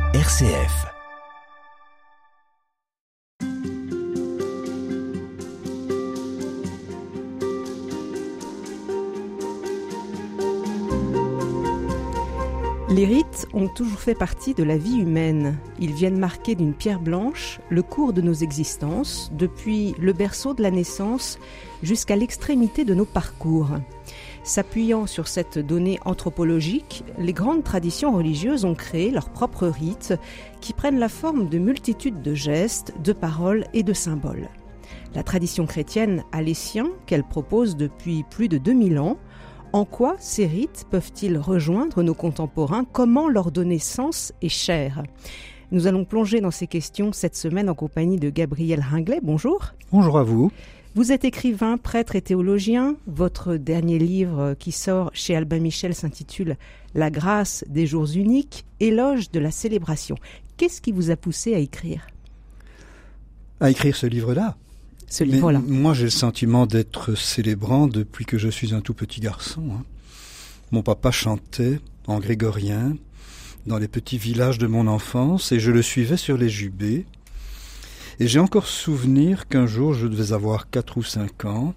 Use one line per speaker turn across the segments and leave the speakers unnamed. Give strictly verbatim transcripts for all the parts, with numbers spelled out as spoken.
R C F.
Les rites ont toujours fait partie de la vie humaine. Ils viennent marquer d'une pierre blanche le cours de nos existences, depuis le berceau de la naissance jusqu'à l'extrémité de nos parcours. S'appuyant sur cette donnée anthropologique, les grandes traditions religieuses ont créé leurs propres rites qui prennent la forme de multitudes de gestes, de paroles et de symboles. La tradition chrétienne a les siens qu'elle propose depuis plus de deux mille ans. En quoi ces rites peuvent-ils rejoindre nos contemporains ? Comment leur donner sens et chair ? Nous allons plonger dans ces questions cette semaine en compagnie de Gabriel Ringlet. Bonjour.
Bonjour à vous.
Vous êtes écrivain, prêtre et théologien. Votre dernier livre qui sort chez Albin Michel s'intitule « La grâce des jours uniques, éloge de la célébration ». Qu'est-ce qui vous a poussé à écrire ?
À écrire ce livre-là ?
Ce livre-là.
Mais moi, j'ai le sentiment d'être célébrant depuis que je suis un tout petit garçon. Hein. Mon papa chantait en grégorien dans les petits villages de mon enfance et je le suivais sur les jubés. Et j'ai encore souvenir qu'un jour, je devais avoir quatre ou cinq ans,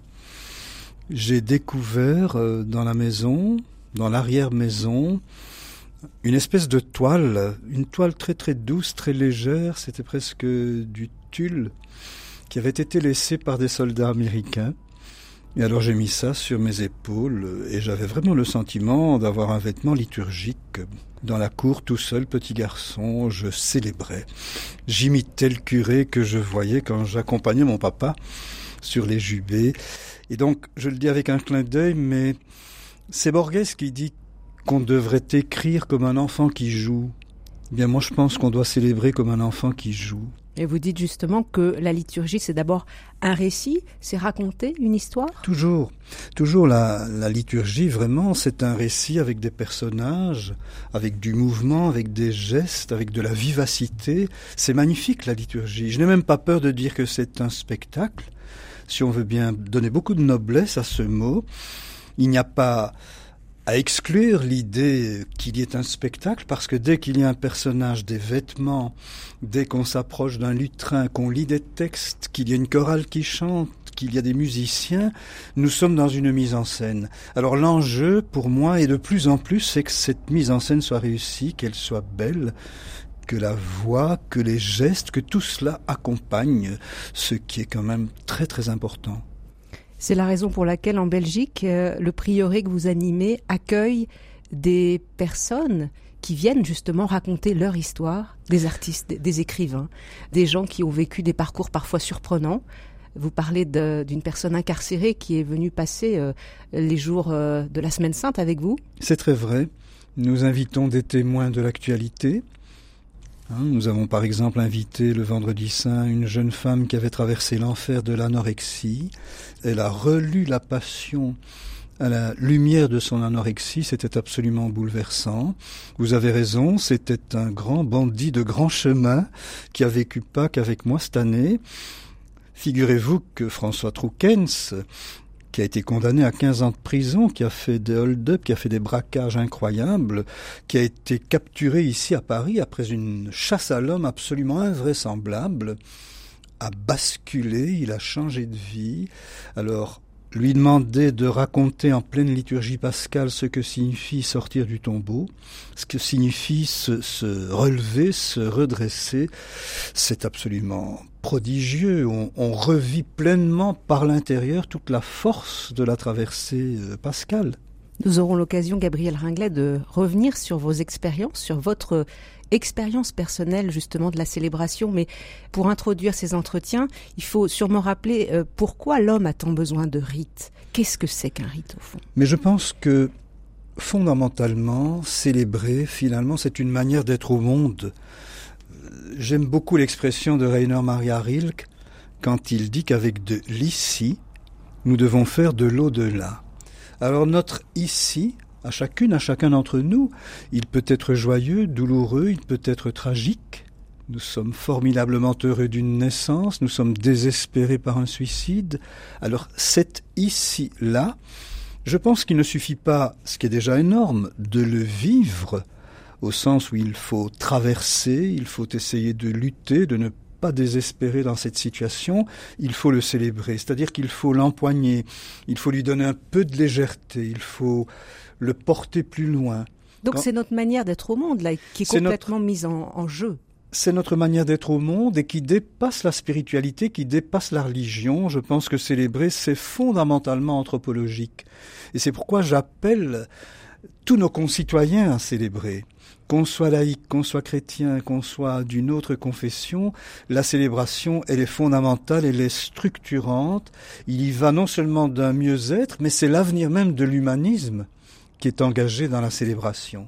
j'ai découvert euh, dans la maison, dans l'arrière-maison, une espèce de toile, une toile très très douce, très légère, c'était presque du tulle, qui avait été laissé par des soldats américains. Et alors j'ai mis ça sur mes épaules et j'avais vraiment le sentiment d'avoir un vêtement liturgique. Dans la cour, tout seul, petit garçon, je célébrais. J'imitais le curé que je voyais quand j'accompagnais mon papa sur les jubés. Et donc, je le dis avec un clin d'œil, mais c'est Borges qui dit qu'on devrait écrire comme un enfant qui joue. Eh bien, moi, je pense qu'on doit célébrer comme un enfant qui joue.
Et vous dites justement que la liturgie, c'est d'abord un récit, c'est raconter une histoire ?
Toujours. Toujours la, la liturgie, vraiment, c'est un récit avec des personnages, avec du mouvement, avec des gestes, avec de la vivacité. C'est magnifique, la liturgie. Je n'ai même pas peur de dire que c'est un spectacle. Si on veut bien donner beaucoup de noblesse à ce mot, il n'y a pas à exclure l'idée qu'il y ait un spectacle, parce que dès qu'il y a un personnage, des vêtements, dès qu'on s'approche d'un lutrin, qu'on lit des textes, qu'il y a une chorale qui chante, qu'il y a des musiciens, nous sommes dans une mise en scène. Alors l'enjeu, pour moi, et de plus en plus, c'est que cette mise en scène soit réussie, qu'elle soit belle, que la voix, que les gestes, que tout cela accompagne, ce qui est quand même très très important.
C'est la raison pour laquelle en Belgique, euh, le prieuré que vous animez accueille des personnes qui viennent justement raconter leur histoire, des artistes, des, des écrivains, des gens qui ont vécu des parcours parfois surprenants. Vous parlez de, d'une personne incarcérée qui est venue passer euh, les jours euh, de la Semaine Sainte avec vous.
C'est très vrai. Nous invitons des témoins de l'actualité. Nous avons par exemple invité le Vendredi Saint une jeune femme qui avait traversé l'enfer de l'anorexie. Elle a relu la Passion à la lumière de son anorexie, c'était absolument bouleversant. Vous avez raison, c'était un grand bandit de grand chemin qui a vécu Pâques avec moi cette année. Figurez-vous que François Troukens, qui a été condamné à quinze ans de prison, qui a fait des hold-up, qui a fait des braquages incroyables, qui a été capturé ici à Paris après une chasse à l'homme absolument invraisemblable, a basculé, il a changé de vie. Alors, lui demander de raconter en pleine liturgie pascale ce que signifie sortir du tombeau, ce que signifie se, se relever, se redresser, c'est absolument prodigieux. On, on revit pleinement par l'intérieur toute la force de la traversée euh, pascale.
Nous aurons l'occasion, Gabriel Ringlet, de revenir sur vos expériences, sur votre expérience personnelle justement de la célébration. Mais pour introduire ces entretiens, il faut sûrement rappeler euh, pourquoi l'homme a tant besoin de rites. Qu'est-ce que c'est qu'un rite au fond ?
Mais je pense que fondamentalement, célébrer, finalement, c'est une manière d'être au monde. J'aime beaucoup l'expression de Rainer Maria Rilke quand il dit qu'avec de l'ici, nous devons faire de l'au-delà. Alors notre ici, à chacune, à chacun d'entre nous, il peut être joyeux, douloureux, il peut être tragique. Nous sommes formidablement heureux d'une naissance, nous sommes désespérés par un suicide. Alors cet ici-là, je pense qu'il ne suffit pas, ce qui est déjà énorme, de le vivre au sens où il faut traverser, il faut essayer de lutter, de ne pas désespérer dans cette situation, il faut le célébrer, c'est-à-dire qu'il faut l'empoigner, il faut lui donner un peu de légèreté, il faut le porter plus loin.
Donc Quand... c'est notre manière d'être au monde là, qui est, c'est complètement notre... mise en, en jeu.
C'est notre manière d'être au monde et qui dépasse la spiritualité, qui dépasse la religion. Je pense que célébrer, c'est fondamentalement anthropologique. Et c'est pourquoi j'appelle tous nos concitoyens à célébrer. Qu'on soit laïque, qu'on soit chrétien, qu'on soit d'une autre confession, la célébration, elle est fondamentale, elle est structurante. Il y va non seulement d'un mieux-être, mais c'est l'avenir même de l'humanisme qui est engagé dans la célébration.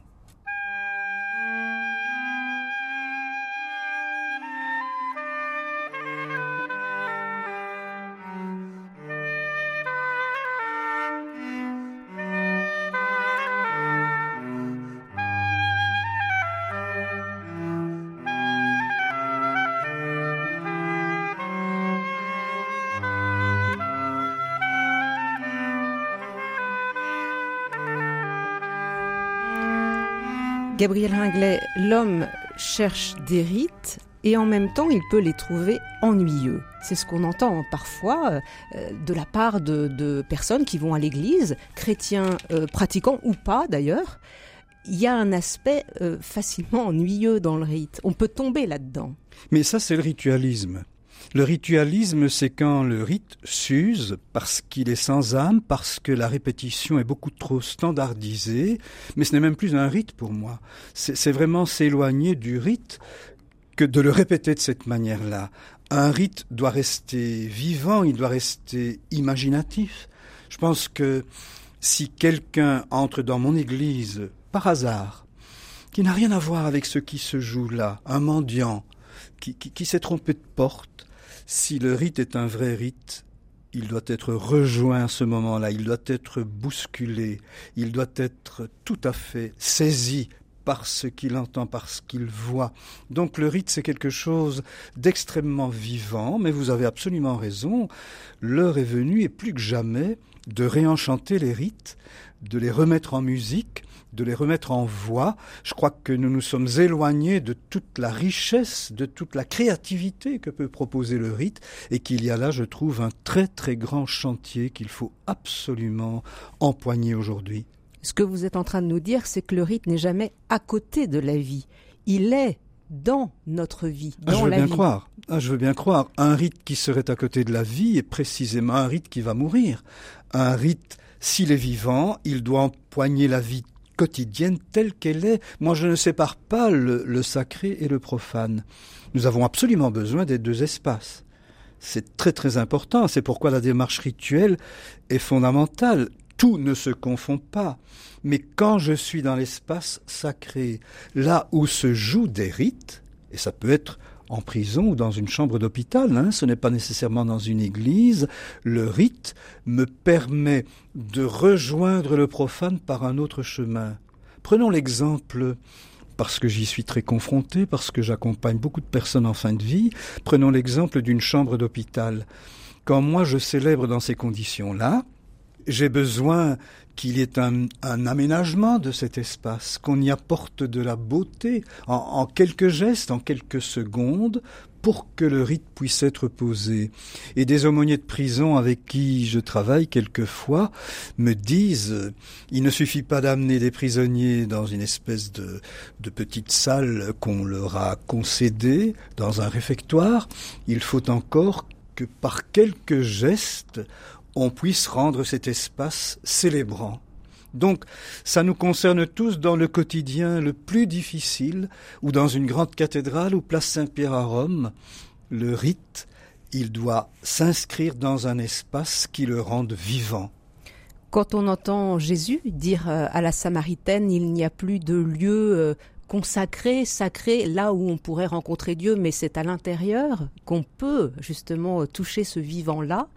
Gabriel Ringlet, l'homme cherche des rites et en même temps il peut les trouver ennuyeux. C'est ce qu'on entend parfois euh, de la part de, de personnes qui vont à l'église, chrétiens euh, pratiquants ou pas d'ailleurs. Il y a un aspect euh, facilement ennuyeux dans le rite. On peut tomber là-dedans.
Mais ça, c'est le ritualisme. Le ritualisme, c'est quand le rite s'use parce qu'il est sans âme, parce que la répétition est beaucoup trop standardisée, mais ce n'est même plus un rite pour moi. C'est, c'est vraiment s'éloigner du rite que de le répéter de cette manière-là. Un rite doit rester vivant, il doit rester imaginatif. Je pense que si quelqu'un entre dans mon église par hasard, qui n'a rien à voir avec ce qui se joue là, un mendiant qui, qui, qui s'est trompé de porte, si le rite est un vrai rite, il doit être rejoint à ce moment-là, il doit être bousculé, il doit être tout à fait saisi par ce qu'il entend, par ce qu'il voit. Donc le rite, c'est quelque chose d'extrêmement vivant, mais vous avez absolument raison, l'heure est venue, et plus que jamais, de réenchanter les rites, de les remettre en musique, de les remettre en voix. Je crois que nous nous sommes éloignés de toute la richesse, de toute la créativité que peut proposer le rite, et qu'il y a là, je trouve, un très très grand chantier qu'il faut absolument empoigner aujourd'hui.
Ce que vous êtes en train de nous dire, c'est que le rite n'est jamais à côté de la vie. Il est dans notre vie, dans
ah, je veux
la
bien
vie.
Croire. Ah, je veux bien croire. Un rite qui serait à côté de la vie est précisément un rite qui va mourir. Un rite, s'il est vivant, il doit empoigner la vie quotidienne telle qu'elle est. Moi, je ne sépare pas le, le sacré et le profane. Nous avons absolument besoin des deux espaces. C'est très très important. C'est pourquoi la démarche rituelle est fondamentale. Tout ne se confond pas. Mais quand je suis dans l'espace sacré, là où se jouent des rites, et ça peut être en prison ou dans une chambre d'hôpital, hein, ce n'est pas nécessairement dans une église, le rite me permet de rejoindre le profane par un autre chemin. Prenons l'exemple, parce que j'y suis très confronté, parce que j'accompagne beaucoup de personnes en fin de vie, prenons l'exemple d'une chambre d'hôpital. Quand moi je célèbre dans ces conditions-là, j'ai besoin qu'il y ait un, un aménagement de cet espace, qu'on y apporte de la beauté en, en quelques gestes, en quelques secondes, pour que le rite puisse être posé. Et des aumôniers de prison avec qui je travaille quelquefois me disent « il ne suffit pas d'amener des prisonniers dans une espèce de, de petite salle qu'on leur a concédée, dans un réfectoire, il faut encore que par quelques gestes, on puisse rendre cet espace célébrant. » Donc, ça nous concerne tous dans le quotidien le plus difficile, ou dans une grande cathédrale ou place Saint-Pierre à Rome. Le rite, il doit s'inscrire dans un espace qui le rende vivant.
Quand on entend Jésus dire à la Samaritaine, il n'y a plus de lieu consacré, sacré, là où on pourrait rencontrer Dieu, mais c'est à l'intérieur qu'on peut justement toucher ce vivant-là.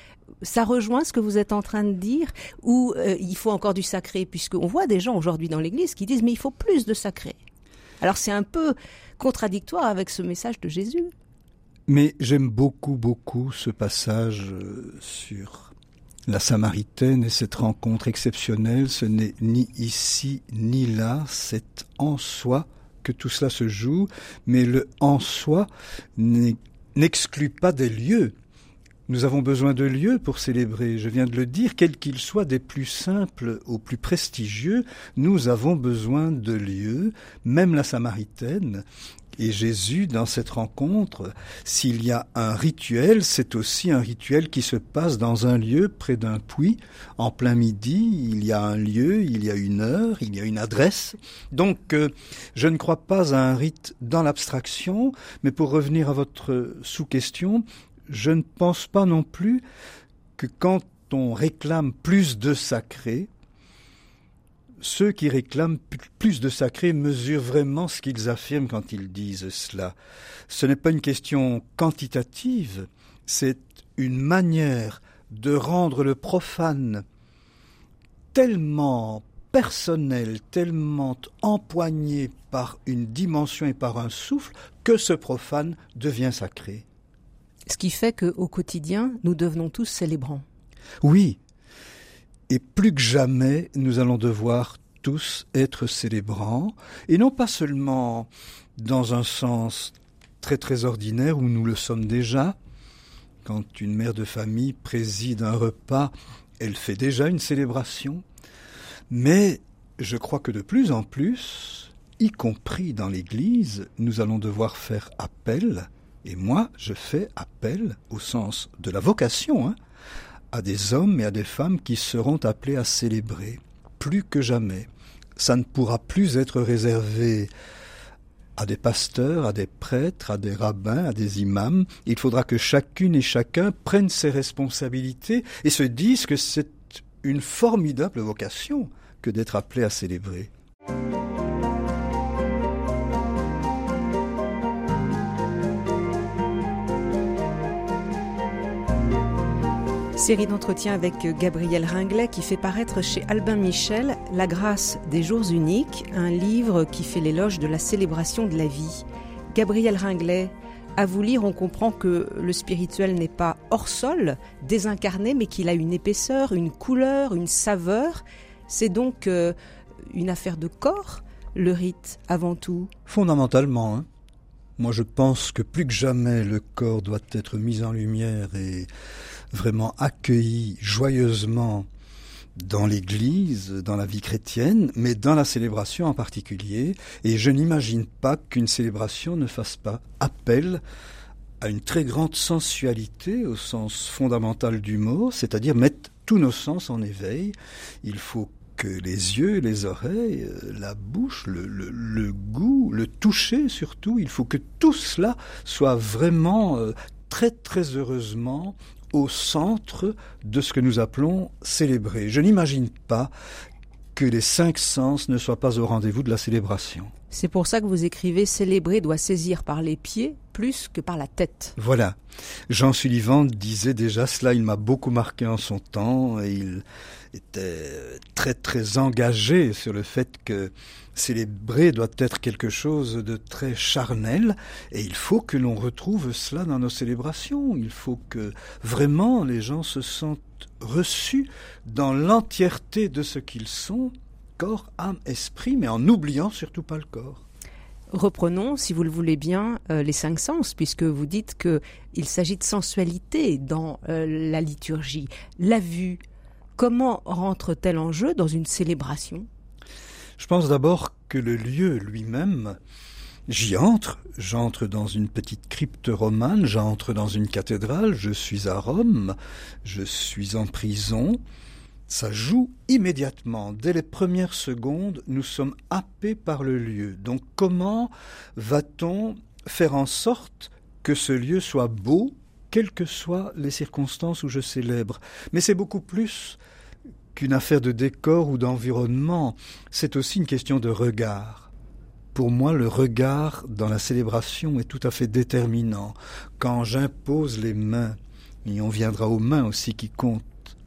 Ça rejoint ce que vous êtes en train de dire, ou euh, il faut encore du sacré, puisqu'on voit des gens aujourd'hui dans l'Église qui disent « mais il faut plus de sacré ». Alors c'est un peu contradictoire avec ce message de Jésus.
Mais j'aime beaucoup, beaucoup ce passage sur la Samaritaine et cette rencontre exceptionnelle, ce n'est ni ici ni là, c'est en soi que tout cela se joue, mais le en soi n'exclut pas des lieux. Nous avons besoin de lieux pour célébrer, je viens de le dire, quels qu'ils soient, des plus simples aux plus prestigieux, nous avons besoin de lieux, même la Samaritaine. Et Jésus, dans cette rencontre, s'il y a un rituel, c'est aussi un rituel qui se passe dans un lieu près d'un puits. En plein midi, il y a un lieu, il y a une heure, il y a une adresse. Donc, euh, je ne crois pas à un rite dans l'abstraction, mais pour revenir à votre sous-question, je ne pense pas non plus que quand on réclame plus de sacré, ceux qui réclament plus de sacré mesurent vraiment ce qu'ils affirment quand ils disent cela. Ce n'est pas une question quantitative, c'est une manière de rendre le profane tellement personnel, tellement empoigné par une dimension et par un souffle, que ce profane devient sacré.
Ce qui fait qu'au quotidien, nous devenons tous célébrants.
Oui. Et plus que jamais, nous allons devoir tous être célébrants, et non pas seulement dans un sens très très ordinaire où nous le sommes déjà. Quand une mère de famille préside un repas, elle fait déjà une célébration. Mais je crois que de plus en plus, y compris dans l'Église, nous allons devoir faire appel, et moi je fais appel au sens de la vocation, hein, à des hommes et à des femmes qui seront appelés à célébrer, plus que jamais. Ça ne pourra plus être réservé à des pasteurs, à des prêtres, à des rabbins, à des imams. Il faudra que chacune et chacun prenne ses responsabilités et se dise que c'est une formidable vocation que d'être appelé à célébrer.
Série d'entretiens avec Gabriel Ringlet qui fait paraître chez Albin Michel La grâce des jours uniques, un livre qui fait l'éloge de la célébration de la vie. Gabriel Ringlet, à vous lire, on comprend que le spirituel n'est pas hors sol, désincarné, mais qu'il a une épaisseur, une couleur, une saveur. C'est donc euh, une affaire de corps, le rite, avant tout.
Fondamentalement, hein. Moi je pense que plus que jamais le corps doit être mis en lumière et vraiment accueilli joyeusement dans l'Église, dans la vie chrétienne, mais dans la célébration en particulier. Et je n'imagine pas qu'une célébration ne fasse pas appel à une très grande sensualité au sens fondamental du mot, c'est-à-dire mettre tous nos sens en éveil. Il faut que les yeux, les oreilles, la bouche, le, le, le goût, le toucher surtout, il faut que tout cela soit vraiment euh, très très heureusement au centre de ce que nous appelons célébrer. Je n'imagine pas que les cinq sens ne soient pas au rendez-vous de la célébration.
C'est pour ça que vous écrivez « Célébrer doit saisir par les pieds plus que par la tête ».
Voilà. Jean Sullivan disait déjà cela, il m'a beaucoup marqué en son temps, et il était très très engagé sur le fait que célébrer doit être quelque chose de très charnel, et il faut que l'on retrouve cela dans nos célébrations. Il faut que vraiment les gens se sentent reçus dans l'entièreté de ce qu'ils sont, corps, âme, esprit, mais en n'oubliant surtout pas le corps.
Reprenons, si vous le voulez bien, euh, les cinq sens, puisque vous dites qu'il s'agit de sensualité dans euh, la liturgie. La vue, comment rentre-t-elle en jeu dans une célébration ?
Je pense d'abord que le lieu lui-même, j'y entre, j'entre dans une petite crypte romane, j'entre dans une cathédrale, je suis à Rome, je suis en prison. Ça joue immédiatement. Dès les premières secondes, nous sommes happés par le lieu. Donc comment va-t-on faire en sorte que ce lieu soit beau, quelles que soient les circonstances où je célèbre ? Mais c'est beaucoup plus qu'une affaire de décor ou d'environnement. C'est aussi une question de regard. Pour moi, le regard dans la célébration est tout à fait déterminant. Quand j'impose les mains, et on viendra aux mains aussi qui comptent,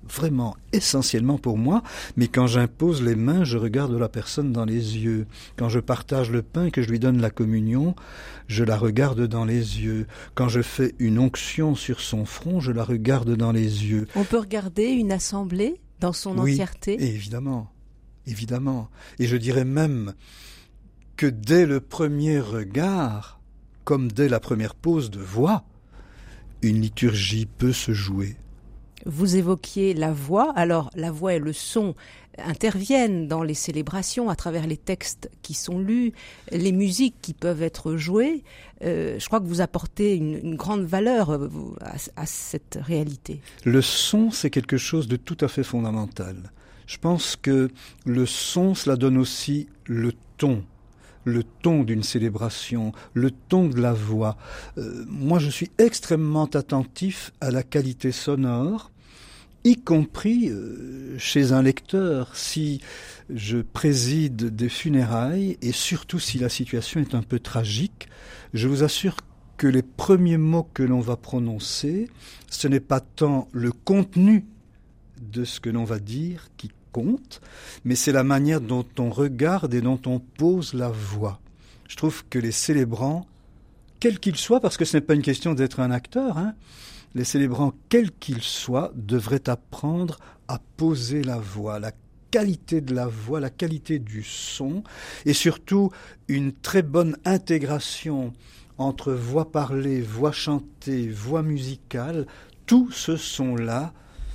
vraiment essentiellement pour moi, mais quand j'impose les mains, je regarde la personne dans les yeux. Quand je partage le pain et que je lui donne la communion, je la regarde dans les yeux. Quand je fais une onction sur son front, je la regarde dans les yeux.
On peut regarder une assemblée dans son
oui,
entièreté ?
Évidemment, évidemment. Et je dirais même que dès le premier regard, comme dès la première pose de voix, une liturgie peut se jouer.
Vous évoquiez la voix. Alors, la voix et le son interviennent dans les célébrations à travers les textes qui sont lus, les musiques qui peuvent être jouées. Euh, je crois que vous apportez une, une grande valeur à, à cette réalité.
Le son, c'est quelque chose de tout à fait fondamental. Je pense que le son, cela donne aussi le ton. Le ton d'une célébration, le ton de la voix. Euh, moi, je suis extrêmement attentif à la qualité sonore, y compris euh, chez un lecteur, si je préside des funérailles, et surtout si la situation est un peu tragique. Je vous assure que les premiers mots que l'on va prononcer, ce n'est pas tant le contenu de ce que l'on va dire qui compte, mais c'est la manière dont on regarde et dont on pose la voix. Je trouve que les célébrants, quels qu'ils soient, parce que ce n'est pas une question d'être un acteur, hein, les célébrants, quels qu'ils soient, devraient apprendre à poser la voix, la qualité de la voix, la qualité du son, et surtout une très bonne intégration entre voix parlée, voix chantée, voix musicale. Tout ce son-là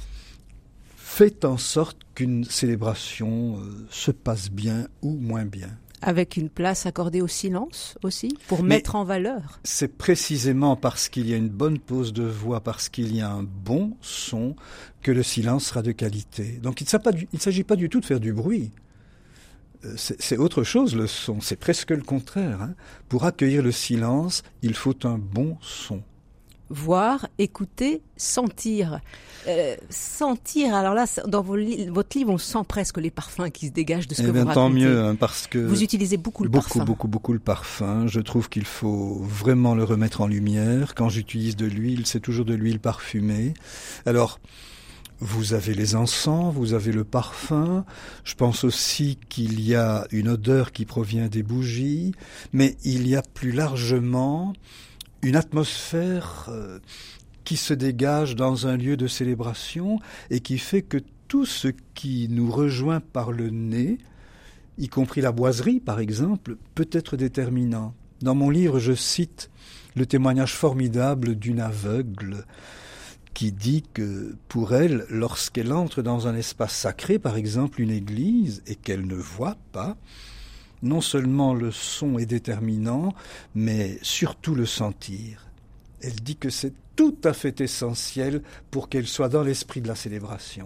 fait en sorte qu'une célébration euh, se passe bien ou moins bien.
Avec une place accordée au silence aussi, pour
Mais
mettre en valeur.
C'est précisément parce qu'il y a une bonne pose de voix, parce qu'il y a un bon son, que le silence sera de qualité. Donc il ne s'agit pas du tout de faire du bruit. C'est, c'est autre chose le son, c'est presque le contraire. Hein. Pour accueillir le silence, il faut un bon son.
Voir, écouter, sentir. Euh, sentir, alors là, dans vos li- votre livre, on sent presque les parfums qui se dégagent de ce
eh
que
bien,
vous racontez.
Tant mieux, hein, parce que
vous utilisez beaucoup le
beaucoup,
parfum.
Beaucoup, beaucoup, beaucoup le parfum. Je trouve qu'il faut vraiment le remettre en lumière. Quand j'utilise de l'huile, c'est toujours de l'huile parfumée. Alors, vous avez les encens, vous avez le parfum. Je pense aussi qu'il y a une odeur qui provient des bougies, mais il y a plus largement une atmosphère euh, qui se dégage dans un lieu de célébration et qui fait que tout ce qui nous rejoint par le nez, y compris la boiserie par exemple, peut être déterminant. Dans mon livre, je cite le témoignage formidable d'une aveugle qui dit que pour elle, lorsqu'elle entre dans un espace sacré, par exemple une église, et qu'elle ne voit pas, non seulement le son est déterminant, mais surtout le sentir. Elle dit que c'est tout à fait essentiel pour qu'elle soit dans l'esprit de la célébration.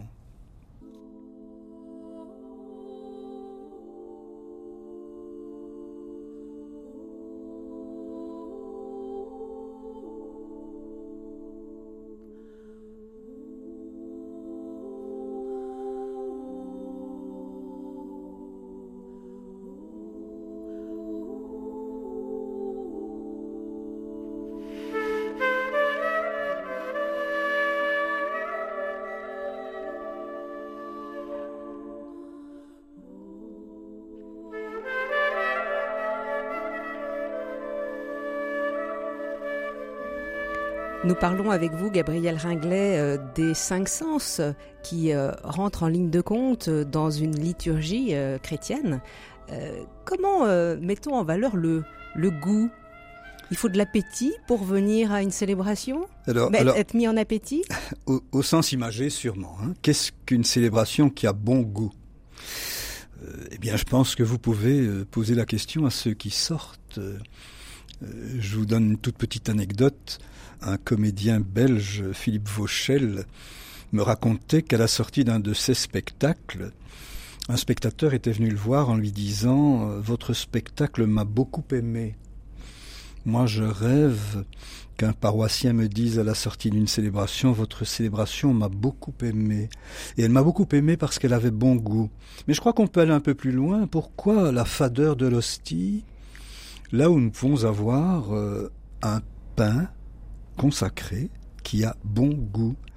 Nous parlons avec vous, Gabriel Ringlet, euh, des cinq sens qui euh, rentrent en ligne de compte dans une liturgie euh, chrétienne. Euh, comment euh, mettons en valeur le, le goût ? Il faut de l'appétit pour venir à une célébration ?
Alors,
Mais
alors,
être mis en appétit ?
au, au sens imagé, sûrement. Hein. Qu'est-ce qu'une célébration qui a bon goût ? euh, Eh bien, je pense que vous pouvez euh, poser la question à ceux qui sortent. Euh, je vous donne une toute petite anecdote. Un comédien belge, Philippe Vauchel, me racontait qu'à la sortie d'un de ses spectacles, un spectateur était venu le voir en lui disant « Votre spectacle m'a beaucoup aimé ». Moi, je rêve qu'un paroissien me dise à la sortie d'une célébration « Votre célébration m'a beaucoup aimé ». Et elle m'a beaucoup aimé parce qu'elle avait bon goût. Mais je crois qu'on peut aller un peu plus loin. Pourquoi la fadeur de l'hostie, là où nous pouvons avoir euh, un pain consacré qui a bon goût?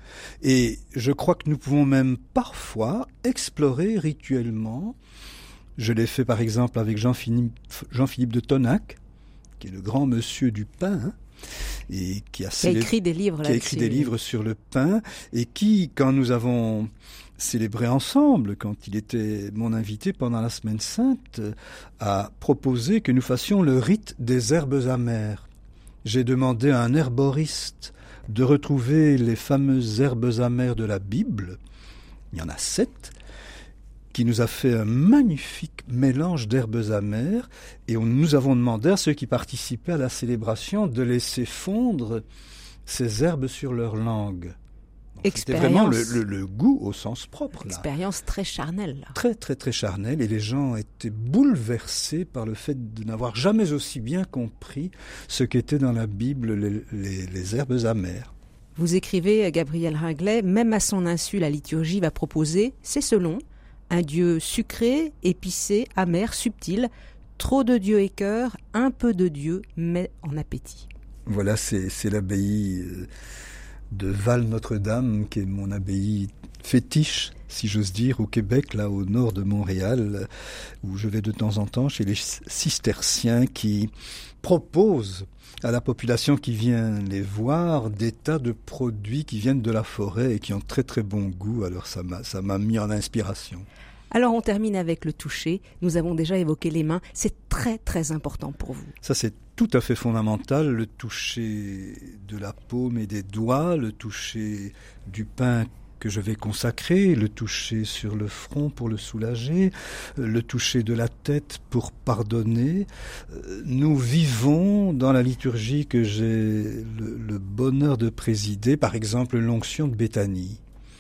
Et je crois que nous pouvons même parfois explorer rituellement. Je l'ai fait par exemple avec Jean-Philippe, Jean-Philippe de Tonac, qui est le grand monsieur du pain, hein, et qui a,
qui a écrit des livres
qui a écrit des livres sur le pain, et qui, quand nous avons célébré ensemble, quand il était mon invité pendant la Semaine Sainte, a proposé que nous fassions le rite des herbes amères. J'ai demandé à un herboriste de retrouver les fameuses herbes amères de la Bible, il y en a sept, qui nous a fait un magnifique mélange d'herbes amères, et on, nous avons demandé à ceux qui participaient à la célébration de laisser fondre ces herbes sur leur langue. Donc, c'était vraiment le, le, le goût au sens propre. Là.
Expérience très charnelle. Là.
Très, très, très charnelle, et les gens étaient bouleversés par le fait de n'avoir jamais aussi bien compris ce qu'étaient dans la Bible les, les, les herbes amères.
Vous écrivez, Gabriel Ringlet, même à son insu, la liturgie va proposer, c'est selon, un Dieu sucré, épicé, amer, subtil, trop de Dieu et cœur, un peu de Dieu, mais en appétit.
Voilà, c'est, c'est l'abbaye de Val-Notre-Dame, qui est mon abbaye fétiche, si j'ose dire, au Québec, là au nord de Montréal, où je vais de temps en temps chez les cisterciens qui proposent à la population qui vient les voir des tas de produits qui viennent de la forêt et qui ont très très bon goût. Alors ça m'a, ça m'a mis en inspiration.
Alors on termine avec le toucher. Nous avons déjà évoqué les mains. C'est très très important pour vous.
Ça c'est tout à fait fondamental, le toucher de la paume et des doigts, le toucher du pain que je vais consacrer, le toucher sur le front pour le soulager, le toucher de la tête pour pardonner. Nous vivons dans la liturgie que j'ai le, le bonheur de présider, par exemple l'onction de Béthanie.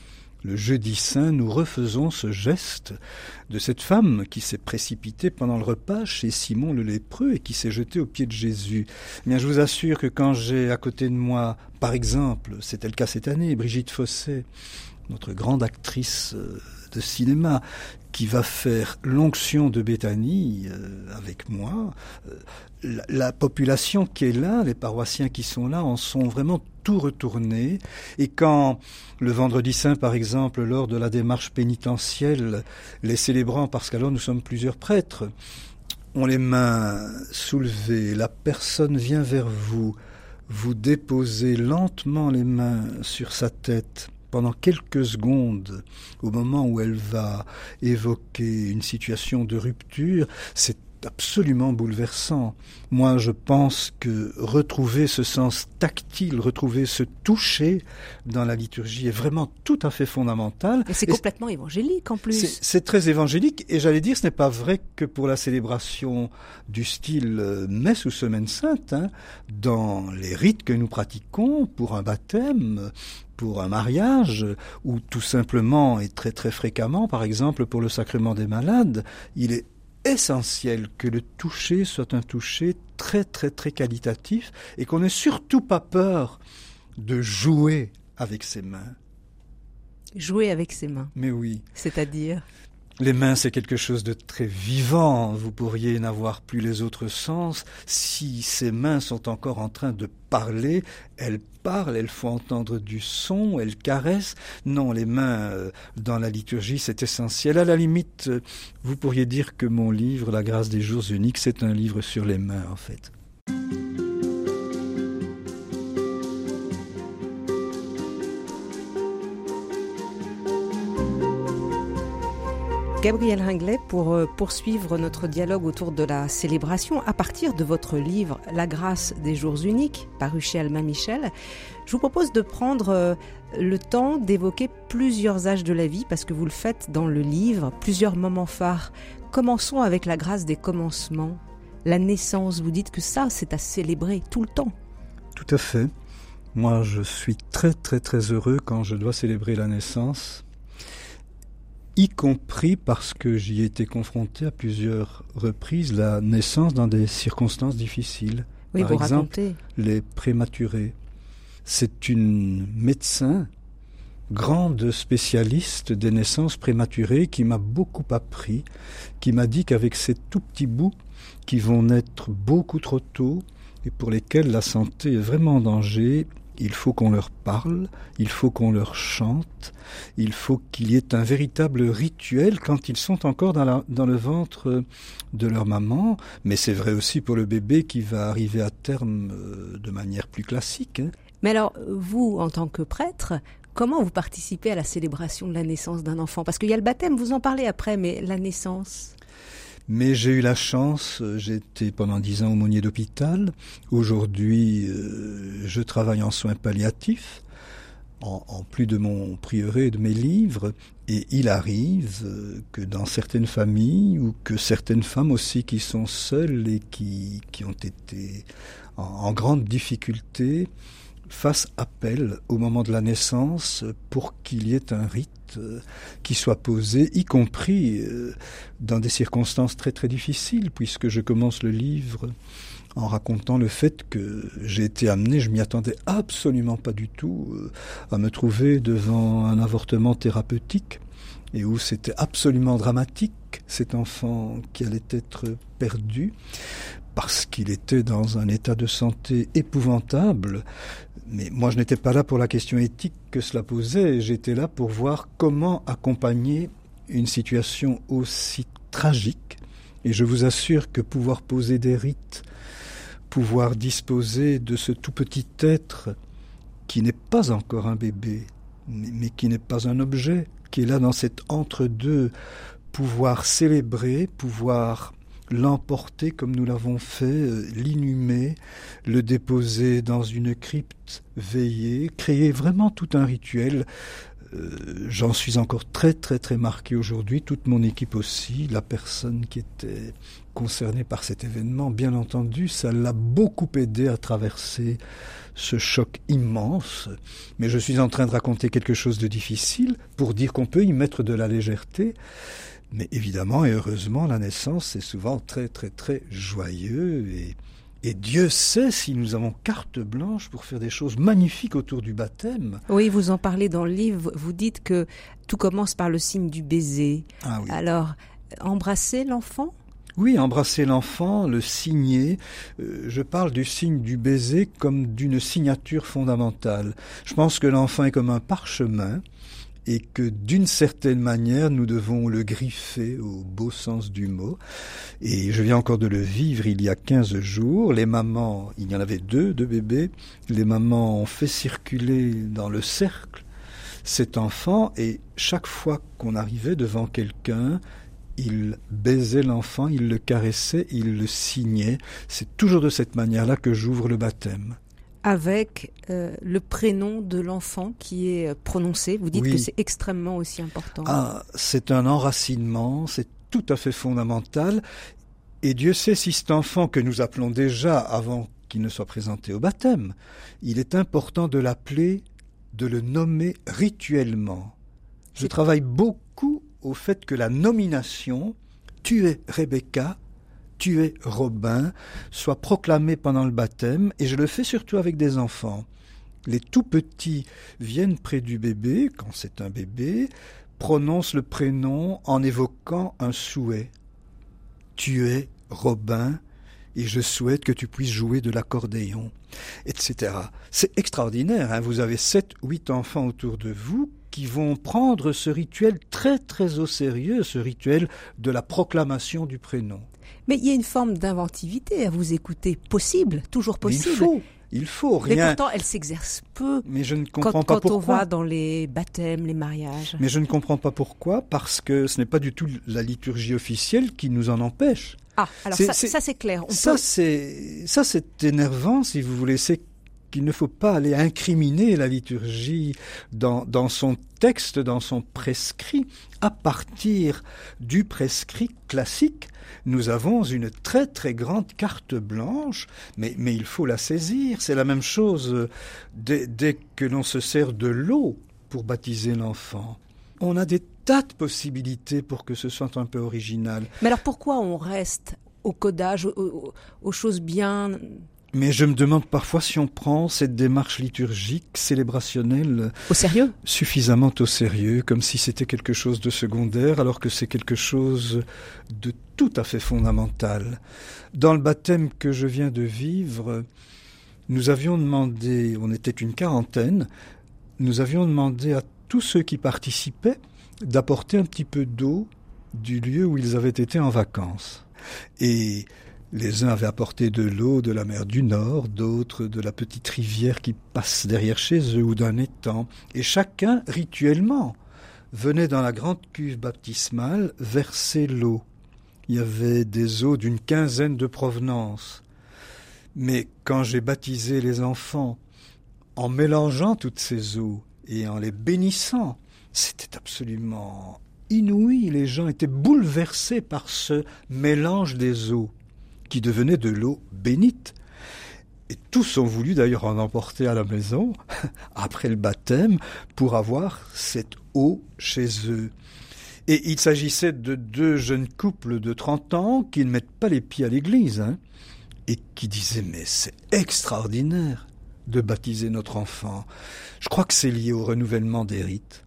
Le jeudi saint, nous refaisons ce geste de cette femme qui s'est précipitée pendant le repas chez Simon le lépreux et qui s'est jetée aux pieds de Jésus. Eh bien, je vous assure que quand j'ai à côté de moi, par exemple, c'était le cas cette année, Brigitte Fossé, notre grande actrice de cinéma, qui va faire l'onction de Béthanie euh, avec moi, euh, la, la population qui est là, les paroissiens qui sont là, en sont vraiment tout retournés. Et quand le vendredi saint, par exemple, lors de la démarche pénitentielle, les célébrants, parce qu'alors nous sommes plusieurs prêtres, ont les mains soulevées, la personne vient vers vous, vous déposez lentement les mains sur sa tête, pendant quelques secondes, au moment où elle va évoquer une situation de rupture, c'est absolument bouleversant. Moi, je pense que retrouver ce sens tactile, retrouver ce toucher dans la liturgie est vraiment tout à fait fondamental.
Et c'est et complètement c'est, évangélique en plus.
C'est, c'est très évangélique, et j'allais dire, ce n'est pas vrai que pour la célébration du style messe ou semaine sainte, hein, dans les rites que nous pratiquons, pour un baptême, pour un mariage, ou tout simplement et très très fréquemment, par exemple pour le sacrement des malades, il est essentiel que le toucher soit un toucher très très très qualitatif et qu'on n'ait surtout pas peur de jouer avec ses mains.
Jouer avec ses mains.
Mais oui.
C'est-à-dire ?
Les mains, c'est quelque chose de très vivant. Vous pourriez n'avoir plus les autres sens. Si ces mains sont encore en train de parler, elles parlent, elles font entendre du son, elles caressent. Non, les mains, euh, dans la liturgie, c'est essentiel. À la limite, euh, vous pourriez dire que mon livre, La grâce des jours uniques, c'est un livre sur les mains, en fait.
Gabriel Ringlet, pour poursuivre notre dialogue autour de la célébration, à partir de votre livre « La grâce des jours uniques », paru chez Albin Michel, je vous propose de prendre le temps d'évoquer plusieurs âges de la vie, parce que vous le faites dans le livre, plusieurs moments phares. Commençons avec la grâce des commencements. La naissance, vous dites que ça, c'est à célébrer tout le temps.
Tout à fait. Moi, je suis très très très heureux quand je dois célébrer la naissance, y compris parce que j'y ai été confronté à plusieurs reprises, la naissance dans des circonstances difficiles.
Oui,
Par exemple,
racontez.
les prématurés. C'est une médecin, grande spécialiste des naissances prématurées, qui m'a beaucoup appris, qui m'a dit qu'avec ces tout petits bouts qui vont naître beaucoup trop tôt et pour lesquels la santé est vraiment en danger, Il faut qu'on leur parle, il faut qu'on leur chante, il faut qu'il y ait un véritable rituel quand ils sont encore dans, la, dans le ventre de leur maman, mais c'est vrai aussi pour le bébé qui va arriver à terme de manière plus classique. Hein.
Mais alors, vous, en tant que prêtre, comment vous participez à la célébration de la naissance d'un enfant ? Parce qu'il y a le baptême, vous en parlez après, mais la naissance ?
Mais j'ai eu la chance, j'ai été pendant dix ans aumônier d'hôpital. Aujourd'hui, euh, je travaille en soins palliatifs, en, en plus de mon prieuré et de mes livres. Et il arrive euh, que dans certaines familles, ou que certaines femmes aussi qui sont seules et qui, qui ont été en, en grande difficulté, fassent appel au moment de la naissance pour qu'il y ait un rite qui soit posé, y compris dans des circonstances très très difficiles, puisque je commence le livre en racontant le fait que j'ai été amené, je m'y attendais absolument pas du tout, à me trouver devant un avortement thérapeutique, et où c'était absolument dramatique, cet enfant qui allait être perdu, parce qu'il était dans un état de santé épouvantable. Mais moi, je n'étais pas là pour la question éthique que cela posait. J'étais là pour voir comment accompagner une situation aussi tragique. Et je vous assure que pouvoir poser des rites, pouvoir disposer de ce tout petit être qui n'est pas encore un bébé, mais qui n'est pas un objet, qui est là dans cet entre-deux, pouvoir célébrer, pouvoir l'emporter comme nous l'avons fait, l'inhumer, le déposer dans une crypte veillée, créer vraiment tout un rituel. Euh, j'en suis encore très très très marqué aujourd'hui, toute mon équipe aussi, la personne qui était concernée par cet événement, bien entendu, ça l'a beaucoup aidé à traverser ce choc immense. Mais je suis en train de raconter quelque chose de difficile pour dire qu'on peut y mettre de la légèreté. Mais évidemment et heureusement, la naissance, c'est souvent très très très joyeux et, et Dieu sait si nous avons carte blanche pour faire des choses magnifiques autour du baptême.
Oui, vous en parlez dans le livre, vous dites que tout commence par le signe du baiser.
Ah oui.
Alors, embrasser l'enfant ?
Oui, embrasser l'enfant, le signer. Euh, je parle du signe du baiser comme d'une signature fondamentale. Je pense que l'enfant est comme un parchemin, et que d'une certaine manière, nous devons le griffer au beau sens du mot. Et je viens encore de le vivre il y a quinze jours. Les mamans, il y en avait deux, deux bébés, les mamans ont fait circuler dans le cercle cet enfant, et chaque fois qu'on arrivait devant quelqu'un, il baisait l'enfant, il le caressait, il le signait. C'est toujours de cette manière-là que j'ouvre le baptême.
Avec euh, le prénom de l'enfant qui est prononcé. Vous dites oui. que c'est extrêmement aussi important.
Ah, c'est un enracinement, c'est tout à fait fondamental. Et Dieu sait si cet enfant que nous appelons déjà avant qu'il ne soit présenté au baptême, il est important de l'appeler, de le nommer rituellement. Je travaille beaucoup au fait que la nomination « tu es Rebecca », tu es Robin, soit proclamé pendant le baptême, et je le fais surtout avec des enfants. Les tout petits viennent près du bébé, quand c'est un bébé, prononcent le prénom en évoquant un souhait. Tu es Robin, et je souhaite que tu puisses jouer de l'accordéon, et cetera. C'est extraordinaire, hein, vous avez sept, huit enfants autour de vous qui vont prendre ce rituel très très au sérieux, ce rituel de la proclamation du prénom.
Mais il y a une forme d'inventivité à vous écouter, possible, toujours possible.
Mais il faut, il faut rien.
Mais pourtant, elle s'exerce peu.
Mais je ne comprends
quand,
pas
quand
pourquoi.
Quand on va dans les baptêmes, les mariages.
Mais je ne comprends pas pourquoi, parce que ce n'est pas du tout la liturgie officielle qui nous en empêche.
Ah, alors c'est, ça, c'est, ça c'est clair. On
ça,
peut...
c'est, ça c'est énervant, si vous voulez. C'est qu'il ne faut pas aller incriminer la liturgie dans, dans son texte, dans son prescrit. À partir du prescrit classique, nous avons une très très grande carte blanche, mais, mais il faut la saisir. C'est la même chose dès, dès que l'on se sert de l'eau pour baptiser l'enfant. On a des tas de possibilités pour que ce soit un peu original.
Mais alors pourquoi on reste au codage, aux, aux, aux choses bien...
Mais je me demande parfois si on prend cette démarche liturgique, célébrationnelle...
Au sérieux ?
Suffisamment au sérieux, comme si c'était quelque chose de secondaire, alors que c'est quelque chose de tout à fait fondamental. Dans le baptême que je viens de vivre, nous avions demandé, on était une quarantaine, nous avions demandé à tous ceux qui participaient d'apporter un petit peu d'eau du lieu où ils avaient été en vacances. Et les uns avaient apporté de l'eau de la mer du Nord, d'autres de la petite rivière qui passe derrière chez eux ou d'un étang. Et chacun, rituellement, venait dans la grande cuve baptismale verser l'eau. Il y avait des eaux d'une quinzaine de provenances. Mais quand j'ai baptisé les enfants, en mélangeant toutes ces eaux et en les bénissant, c'était absolument inouï. Les gens étaient bouleversés par ce mélange des eaux qui devenait de l'eau bénite. Et tous ont voulu d'ailleurs en emporter à la maison, après le baptême, pour avoir cette eau chez eux. Et il s'agissait de deux jeunes couples de trente ans qui ne mettent pas les pieds à l'église, hein, et qui disaient « mais c'est extraordinaire de baptiser notre enfant ». Je crois que c'est lié au renouvellement des rites.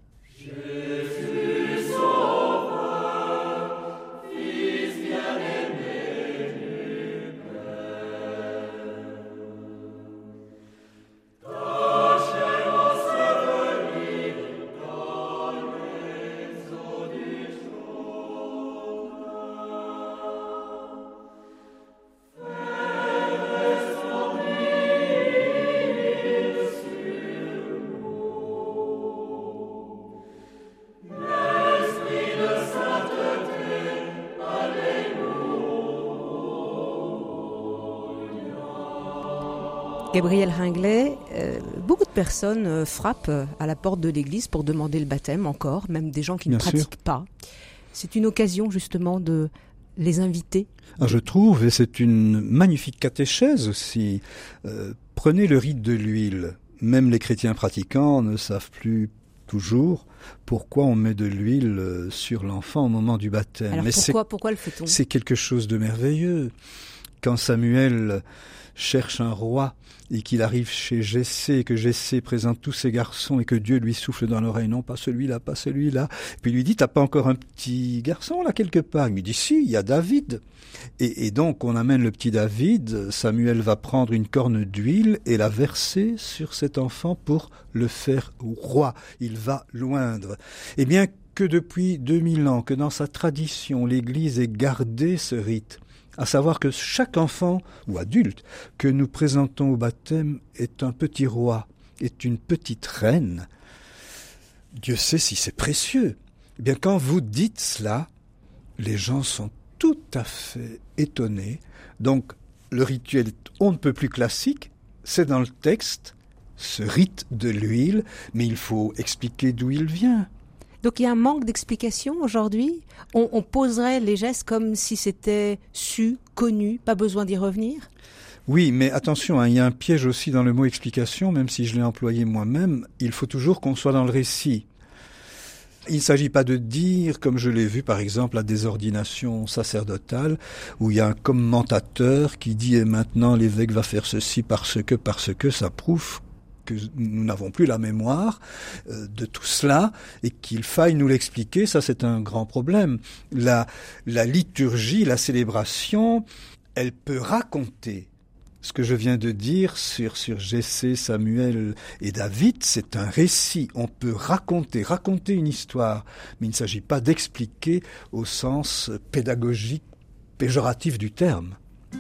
Gabriel Ringlet, euh, beaucoup de personnes euh, frappent à la porte de l'église pour demander le baptême encore, même des gens qui Bien ne pratiquent sûr. pas. C'est une occasion justement de les inviter.
Ah, je trouve, et c'est une magnifique catéchèse aussi. Euh, prenez le rite de l'huile. Même les chrétiens pratiquants ne savent plus toujours pourquoi on met de l'huile sur l'enfant au moment du baptême.
Alors
Mais
pourquoi,
c'est,
pourquoi le fait-on ?
C'est quelque chose de merveilleux. Quand Samuel cherche un roi et qu'il arrive chez Jessé, et que Jessé présente tous ses garçons et que Dieu lui souffle dans l'oreille, non pas celui-là, pas celui-là, puis il lui dit, t'as pas encore un petit garçon là quelque part? Il lui dit, si, il y a David. Et, et donc on amène le petit David, Samuel va prendre une corne d'huile et la verser sur cet enfant pour le faire roi. Il va l'oindre. Eh bien que depuis deux mille ans, que dans sa tradition, l'Église ait gardé ce rite, à savoir que chaque enfant ou adulte que nous présentons au baptême est un petit roi, est une petite reine. Dieu sait si c'est précieux. Eh bien, quand vous dites cela, les gens sont tout à fait étonnés. Donc, le rituel est on ne peut plus classique, c'est dans le texte, ce rite de l'huile, mais il faut expliquer d'où il vient.
Donc il y a un manque d'explication aujourd'hui. On, on poserait les gestes comme si c'était su, connu, pas besoin d'y revenir.
Oui, mais attention, hein, il y a un piège aussi dans le mot explication, même si je l'ai employé moi-même, il faut toujours qu'on soit dans le récit. Il ne s'agit pas de dire, comme je l'ai vu par exemple à des ordinations sacerdotales, où il y a un commentateur qui dit « et maintenant l'évêque va faire ceci parce que, parce que ça prouve » que nous n'avons plus la mémoire euh, de tout cela et qu'il faille nous l'expliquer, ça c'est un grand problème. La, la liturgie, la célébration, elle peut raconter ce que je viens de dire sur, sur Jessé, Samuel et David, c'est un récit. On peut raconter, raconter une histoire, mais il ne s'agit pas d'expliquer au sens pédagogique, péjoratif du terme.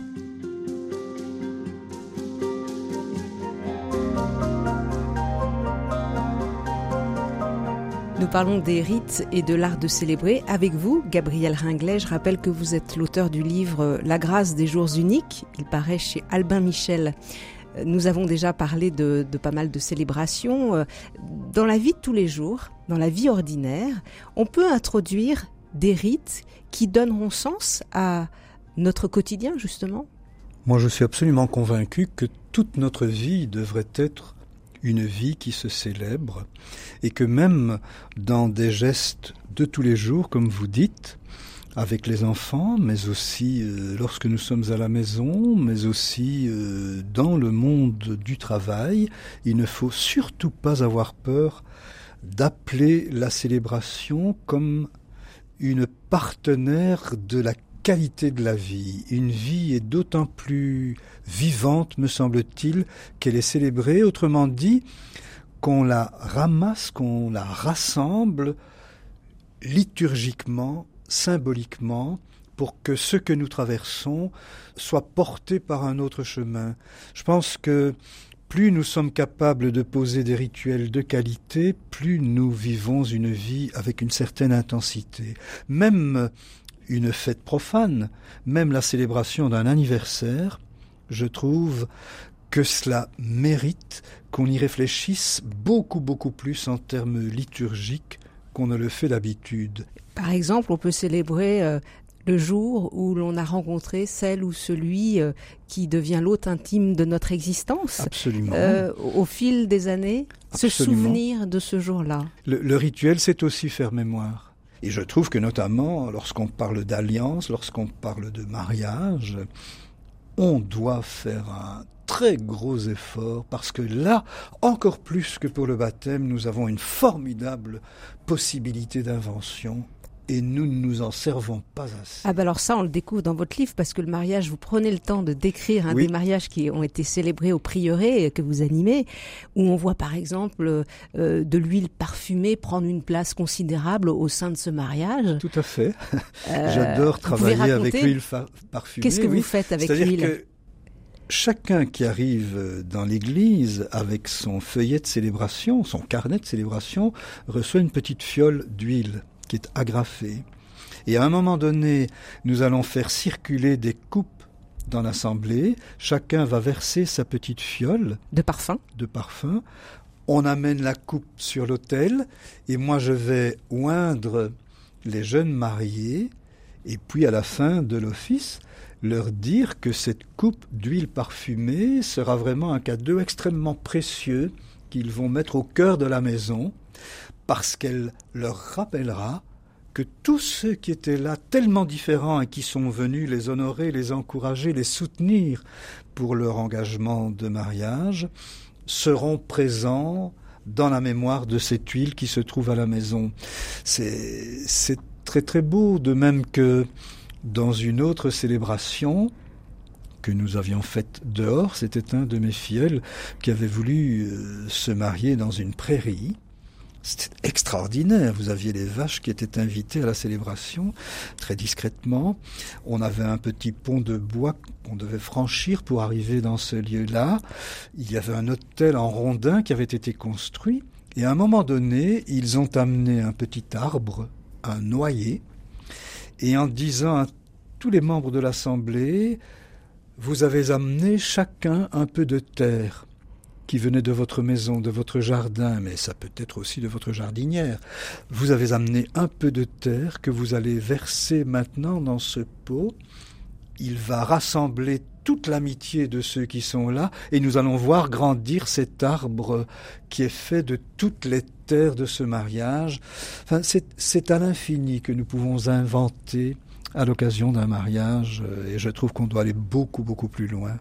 Nous parlons des rites et de l'art de célébrer. Avec vous, Gabriel Ringlet, je rappelle que vous êtes l'auteur du livre « La grâce des jours uniques ». Il paraît chez Albin Michel. Nous avons déjà parlé de, de pas mal de célébrations. Dans la vie de tous les jours, dans la vie ordinaire, on peut introduire des rites qui donneront sens à notre quotidien, justement.
Moi, je suis absolument convaincu que toute notre vie devrait être une vie qui se célèbre, et que même dans des gestes de tous les jours, comme vous dites, avec les enfants, mais aussi euh, lorsque nous sommes à la maison, mais aussi euh, dans le monde du travail, il ne faut surtout pas avoir peur d'appeler la célébration comme une partenaire de la qualité de la vie. Une vie est d'autant plus vivante, me semble-t-il, qu'elle est célébrée. Autrement dit, qu'on la ramasse, qu'on la rassemble liturgiquement, symboliquement, pour que ce que nous traversons soit porté par un autre chemin. Je pense que plus nous sommes capables de poser des rituels de qualité, plus nous vivons une vie avec une certaine intensité. Même une fête profane, même la célébration d'un anniversaire, je trouve que cela mérite qu'on y réfléchisse beaucoup, beaucoup plus en termes liturgiques qu'on ne le fait d'habitude.
Par exemple, on peut célébrer euh, le jour où l'on a rencontré celle ou celui euh, qui devient l'hôte intime de notre existence.
Absolument.
Euh, au fil des années,
Absolument.
Se souvenir de ce jour-là.
Le, le rituel, c'est aussi faire mémoire. Et je trouve que notamment, lorsqu'on parle d'alliance, lorsqu'on parle de mariage, on doit faire un très gros effort parce que là, encore plus que pour le baptême, nous avons une formidable possibilité d'invention. Et nous ne nous en servons pas assez.
Ah ben alors ça, on le découvre dans votre livre parce que le mariage, vous prenez le temps de décrire un
oui.
des mariages qui ont été célébrés au prieuré que vous animez, où on voit par exemple euh, de l'huile parfumée prendre une place considérable au sein de ce mariage.
Tout à fait.
Euh,
J'adore travailler avec l'huile fa- parfumée.
Qu'est-ce que
oui.
vous faites avec
C'est-à-dire
l'huile ?
Que chacun qui arrive dans l'église avec son feuillet de célébration, son carnet de célébration, reçoit une petite fiole d'huile qui est agrafée. Et à un moment donné, nous allons faire circuler des coupes dans l'assemblée. Chacun va verser sa petite fiole
de parfum.
De parfum. On amène la coupe sur l'autel et moi je vais oindre les jeunes mariés et puis à la fin de l'office, leur dire que cette coupe d'huile parfumée sera vraiment un cadeau extrêmement précieux qu'ils vont mettre au cœur de la maison parce qu'elle leur rappellera que tous ceux qui étaient là, tellement différents et qui sont venus les honorer, les encourager, les soutenir pour leur engagement de mariage, seront présents dans la mémoire de cette huile qui se trouve à la maison. C'est, c'est très très beau, de même que dans une autre célébration que nous avions faite dehors, c'était un de mes filleuls qui avait voulu euh, se marier dans une prairie. C'était extraordinaire. Vous aviez les vaches qui étaient invitées à la célébration, très discrètement. On avait un petit pont de bois qu'on devait franchir pour arriver dans ce lieu-là. Il y avait un hôtel en rondin qui avait été construit. Et à un moment donné, ils ont amené un petit arbre, un noyer, et en disant à tous les membres de l'Assemblée, vous avez amené chacun un peu de terre qui venait de votre maison, de votre jardin, mais ça peut être aussi de votre jardinière. Vous avez amené un peu de terre que vous allez verser maintenant dans ce pot. Il va rassembler toute l'amitié de ceux qui sont là et nous allons voir grandir cet arbre qui est fait de toutes les terres de ce mariage. Enfin, c'est, c'est à l'infini que nous pouvons inventer à l'occasion d'un mariage et je trouve qu'on doit aller beaucoup, beaucoup plus loin.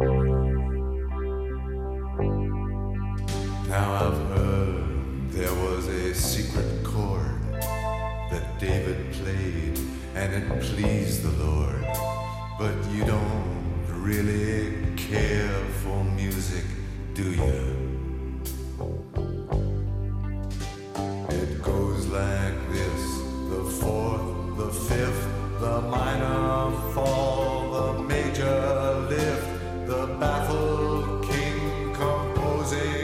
Now I've heard there was a secret chord that David played and it pleased the Lord. But you don't really care for music, do you? It goes like this, the fourth, the fifth, the minor fall, the major lift, the baffled king composing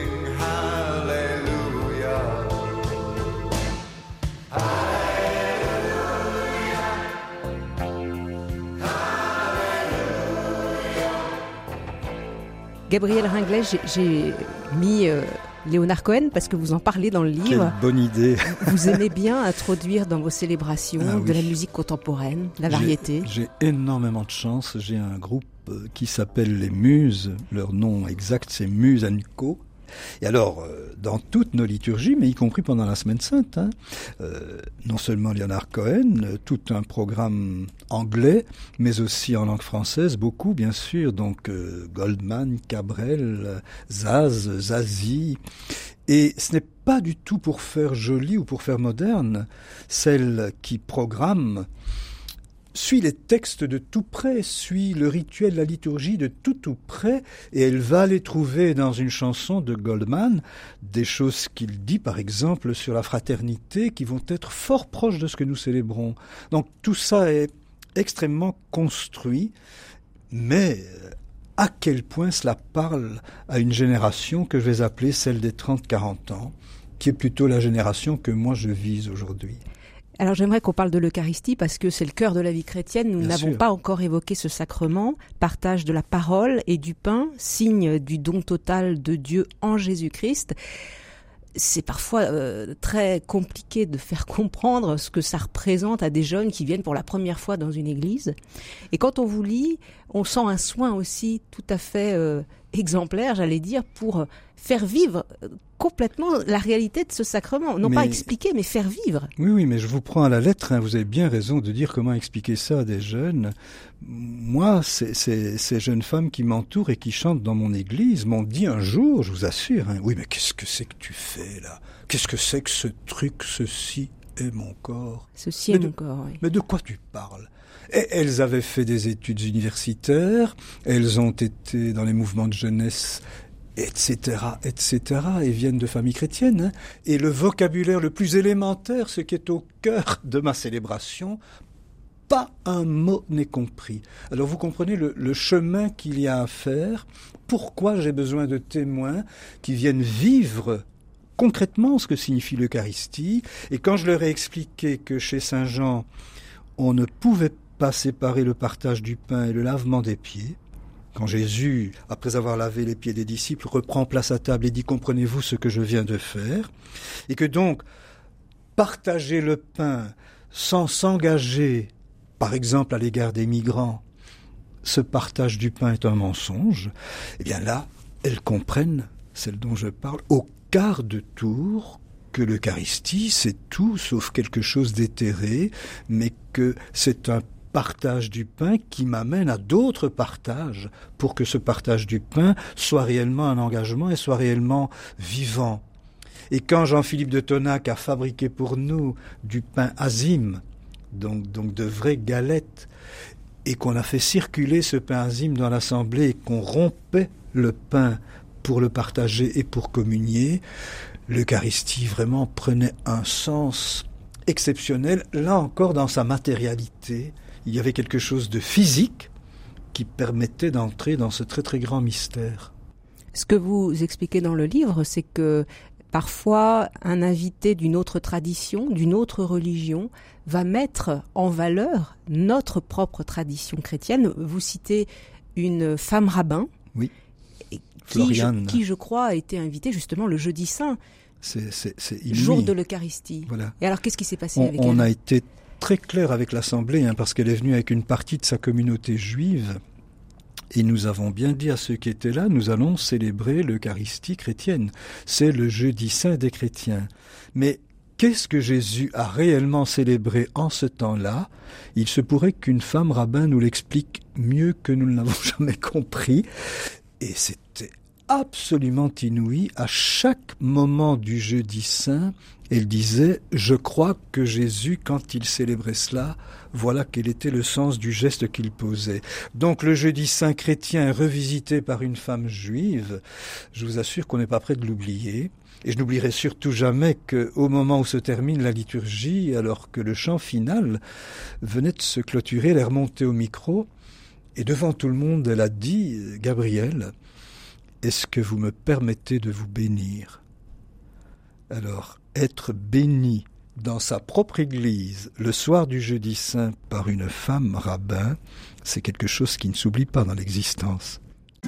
Gabriel Ringlet, j'ai, j'ai mis euh, Léonard Cohen parce que vous en parlez dans le livre.
Quelle bonne idée.
Vous aimez bien introduire dans vos célébrations
ah, oui.
de la musique contemporaine, la variété.
J'ai, j'ai énormément de chance. J'ai un groupe qui s'appelle les Muses. Leur nom exact, c'est Muses Anco. Et alors, euh, dans toutes nos liturgies, mais y compris pendant la Semaine Sainte, hein, euh, non seulement Léonard Cohen, euh, tout un programme anglais, mais aussi en langue française, beaucoup bien sûr, donc euh, Goldman, Cabrel, euh, Zaz, Zazie. Et ce n'est pas du tout pour faire joli ou pour faire moderne. Celles qui programment suit les textes de tout près, suit le rituel, la liturgie de tout tout près, et elle va les trouver dans une chanson de Goldman, des choses qu'il dit par exemple sur la fraternité qui vont être fort proches de ce que nous célébrons. Donc tout ça est extrêmement construit, mais à quel point cela parle à une génération que je vais appeler celle des trente quarante ans, qui est plutôt la génération que moi je vise aujourd'hui.
Alors j'aimerais qu'on parle de l'Eucharistie parce que c'est le cœur de la vie chrétienne. Nous Bien n'avons sûr. pas encore évoqué ce sacrement, partage de la parole et du pain, signe du don total de Dieu en Jésus-Christ. C'est parfois euh, très compliqué de faire comprendre ce que ça représente à des jeunes qui viennent pour la première fois dans une église. Et quand on vous lit, on sent un soin aussi tout à fait euh, exemplaire, j'allais dire, pour faire vivre complètement la réalité de ce sacrement. Non mais, pas expliquer, mais faire vivre.
Oui, oui, mais je vous prends à la lettre. Hein, vous avez bien raison de dire comment expliquer ça à des jeunes. Moi, c'est, c'est, ces jeunes femmes qui m'entourent et qui chantent dans mon église m'ont dit un jour, je vous assure, hein, oui, mais qu'est-ce que c'est que tu fais là ? Qu'est-ce que c'est que ce truc, ceci est mon corps ?
Ceci est mon corps, oui.
Mais de quoi tu parles ? Et elles avaient fait des études universitaires, elles ont été dans les mouvements de jeunesse, etc., et cetera, et viennent de familles chrétiennes. Hein. Et le vocabulaire le plus élémentaire, ce qui est au cœur de ma célébration, pas un mot n'est compris. Alors vous comprenez le, le chemin qu'il y a à faire, pourquoi j'ai besoin de témoins qui viennent vivre concrètement ce que signifie l'Eucharistie. Et quand je leur ai expliqué que chez Saint Jean, on ne pouvait pas séparer le partage du pain et le lavement des pieds, quand Jésus, après avoir lavé les pieds des disciples, reprend place à table et dit « Comprenez-vous ce que je viens de faire ?» et que donc, partager le pain sans s'engager, par exemple à l'égard des migrants, ce partage du pain est un mensonge, eh bien là, elles comprennent, celles dont je parle, au quart de tour, que l'Eucharistie, c'est tout sauf quelque chose d'éthéré, mais que c'est un partage du pain qui m'amène à d'autres partages pour que ce partage du pain soit réellement un engagement et soit réellement vivant. Et quand Jean-Philippe de Tonac a fabriqué pour nous du pain azime, donc, donc de vraies galettes, et qu'on a fait circuler ce pain azime dans l'assemblée et qu'on rompait le pain pour le partager et pour communier, l'Eucharistie vraiment prenait un sens exceptionnel, là encore dans sa matérialité. Il y avait quelque chose de physique qui permettait d'entrer dans ce très très grand mystère.
Ce que vous expliquez dans le livre, c'est que parfois un invité d'une autre tradition, d'une autre religion, va mettre en valeur notre propre tradition chrétienne. Vous citez une femme rabbin,
oui.
qui, je, qui je crois a été invitée justement le jeudi saint,
c'est, c'est, c'est
jour de l'Eucharistie.
Voilà.
Et alors qu'est-ce qui s'est passé
on,
avec
on
elle ?
On a été très clair avec l'Assemblée, hein, parce qu'elle est venue avec une partie de sa communauté juive, et nous avons bien dit à ceux qui étaient là, nous allons célébrer l'Eucharistie chrétienne. C'est le jeudi saint des chrétiens. Mais qu'est-ce que Jésus a réellement célébré en ce temps-là ? Il se pourrait qu'une femme rabbin nous l'explique mieux que nous ne l'avons jamais compris, et c'était absolument inouï. À chaque moment du jeudi saint, elle disait « Je crois que Jésus, quand il célébrait cela, voilà quel était le sens du geste qu'il posait. » Donc le jeudi saint chrétien est revisité par une femme juive. Je vous assure qu'on n'est pas prêt de l'oublier. Et je n'oublierai surtout jamais qu'au moment où se termine la liturgie, alors que le chant final venait de se clôturer, elle est remontée au micro, et devant tout le monde, elle a dit « Gabriel, est-ce que vous me permettez de vous bénir ?» Alors, être béni dans sa propre église le soir du jeudi saint par une femme rabbin, c'est quelque chose qui ne s'oublie pas dans l'existence.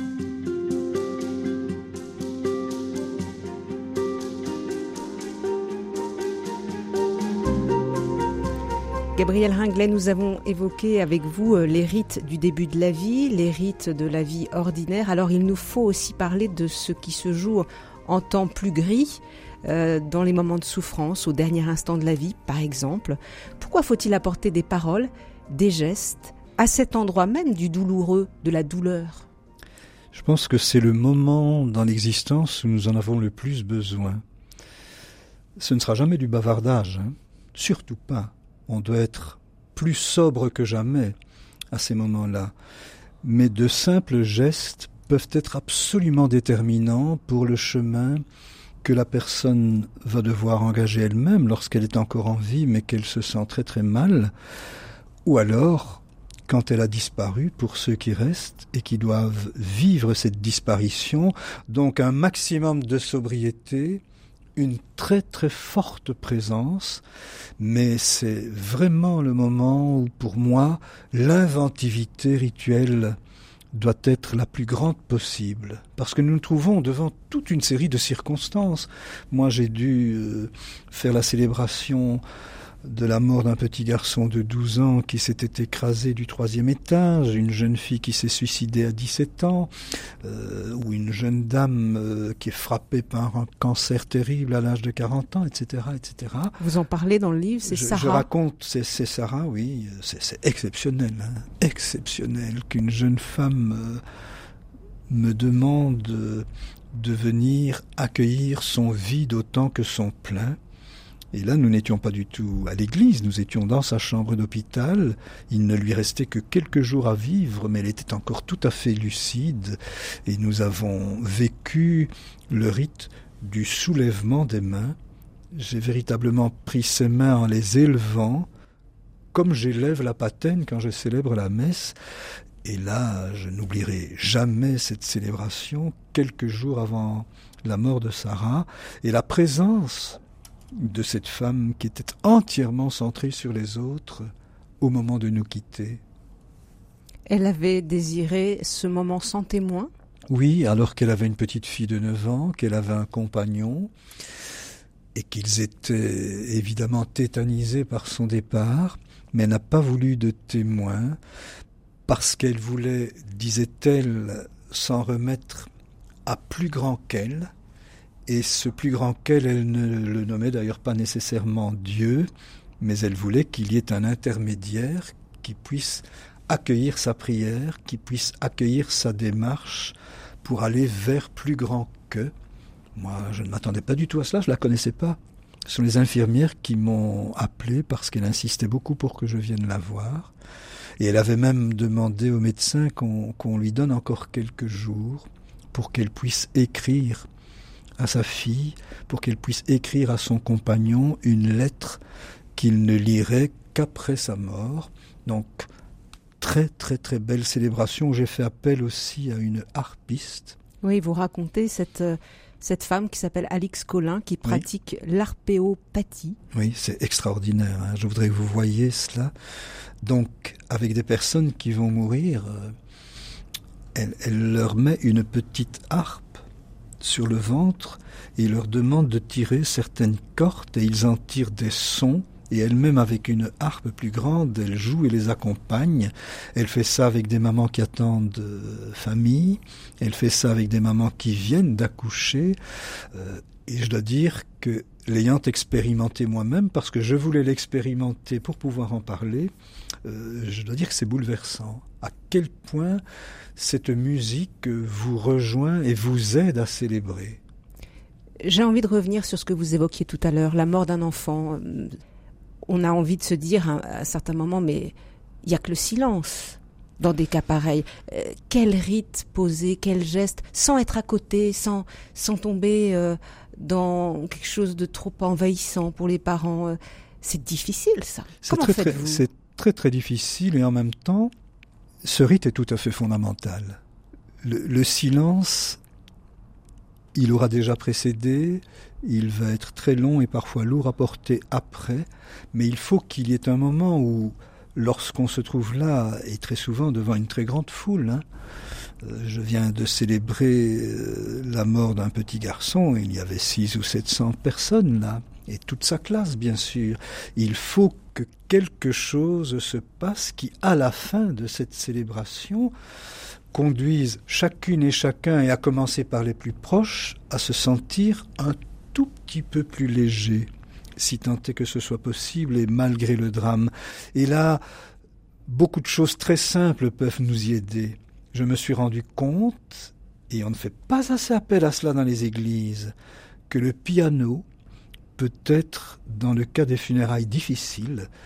Gabriel Ringlet, nous avons évoqué avec vous les rites du début de la vie, les rites de la vie ordinaire. Alors il nous faut aussi parler de ce qui se joue en temps plus gris, euh, dans les moments de souffrance, au dernier instant de la vie, par exemple. Pourquoi faut-il apporter des paroles, des gestes, à cet endroit même du douloureux, de la douleur ?
Je pense que c'est le moment dans l'existence où nous en avons le plus besoin. Ce ne sera jamais du bavardage, hein. Surtout pas. On doit être plus sobres que jamais à ces moments-là. Mais de simples gestes peuvent être absolument déterminants pour le chemin que la personne va devoir engager elle-même lorsqu'elle est encore en vie, mais qu'elle se sent très très mal, ou alors quand elle a disparu pour ceux qui restent et qui doivent vivre cette disparition. Donc un maximum de sobriété, une très très forte présence, mais c'est vraiment le moment où, pour moi, l'inventivité rituelle doit être la plus grande possible, parce que nous nous trouvons devant toute une série de circonstances. Moi, j'ai dû euh, faire la célébration de la mort d'un petit garçon de douze ans qui s'était écrasé du troisième étage, une jeune fille qui s'est suicidée à dix-sept ans, euh, ou une jeune dame euh, qui est frappée par un cancer terrible à l'âge de quarante ans, et cetera, et cetera.
Vous en parlez dans le livre, c'est
je,
Sarah.
Je raconte, c'est, c'est Sarah, oui, c'est, c'est exceptionnel, hein, exceptionnel qu'une jeune femme euh, me demande de venir accueillir son vide autant que son plein. Et là, nous n'étions pas du tout à l'église, nous étions dans sa chambre d'hôpital. Il ne lui restait que quelques jours à vivre, mais elle était encore tout à fait lucide. Et nous avons vécu le rite du soulèvement des mains. J'ai véritablement pris ses mains en les élevant, comme j'élève la patène quand je célèbre la messe. Et là, je n'oublierai jamais cette célébration, quelques jours avant la mort de Sarah, et la présence de cette femme qui était entièrement centrée sur les autres au moment de nous quitter.
Elle avait désiré ce moment sans témoin ?
Oui, alors qu'elle avait une petite fille de neuf ans, qu'elle avait un compagnon, et qu'ils étaient évidemment tétanisés par son départ, mais elle n'a pas voulu de témoin, parce qu'elle voulait, disait-elle, s'en remettre à plus grand qu'elle. Et ce plus grand qu'elle, elle ne le nommait d'ailleurs pas nécessairement Dieu, mais elle voulait qu'il y ait un intermédiaire qui puisse accueillir sa prière, qui puisse accueillir sa démarche pour aller vers plus grand que. Moi, je ne m'attendais pas du tout à cela, je ne la connaissais pas. Ce sont les infirmières qui m'ont appelé parce qu'elle insistait beaucoup pour que je vienne la voir. Et elle avait même demandé au médecin qu'on, qu'on lui donne encore quelques jours pour qu'elle puisse écrire à sa fille, pour qu'elle puisse écrire à son compagnon une lettre qu'il ne lirait qu'après sa mort. Donc, très très très belle célébration. J'ai fait appel aussi à une harpiste.
Oui, vous racontez cette, cette femme qui s'appelle Alix Collin, qui pratique oui. l'arpéopathie.
Oui, c'est extraordinaire, hein. Je voudrais que vous voyiez cela. Donc, avec des personnes qui vont mourir, euh, elle, elle leur met une petite harpe sur le ventre et leur demande de tirer certaines cordes et ils en tirent des sons et elle-même avec une harpe plus grande, elle joue et les accompagne. Elle fait ça avec des mamans qui attendent euh, famille, elle fait ça avec des mamans qui viennent d'accoucher euh, et je dois dire que l'ayant expérimenté moi-même, parce que je voulais l'expérimenter pour pouvoir en parler, euh, je dois dire que c'est bouleversant. À quel point cette musique vous rejoint et vous aide à célébrer.
J'ai envie de revenir sur ce que vous évoquiez tout à l'heure, la mort d'un enfant. On a envie de se dire à un certain moment, mais il n'y a que le silence dans des cas pareils. Euh, quel rite poser, quel geste, sans être à côté, sans, sans tomber euh, dans quelque chose de trop envahissant pour les parents. Euh, c'est difficile, ça.
C'est
Comment
très,
faites-vous ?
très, C'est très très difficile et en même temps, ce rite est tout à fait fondamental. Le, le silence, il aura déjà précédé, il va être très long et parfois lourd à porter après, mais il faut qu'il y ait un moment où, lorsqu'on se trouve là, et très souvent devant une très grande foule, hein, euh, je viens de célébrer euh, la mort d'un petit garçon, il y avait six ou sept cents personnes là, et toute sa classe bien sûr. Il faut que quelque chose se passe qui, à la fin de cette célébration, conduise chacune et chacun, et à commencer par les plus proches, à se sentir un tout petit peu plus léger, si tant est que ce soit possible, et malgré le drame. Et là, beaucoup de choses très simples peuvent nous y aider. Je me suis rendu compte, et on ne fait pas assez appel à cela dans les églises, que le piano peut être, dans le cas des funérailles difficiles,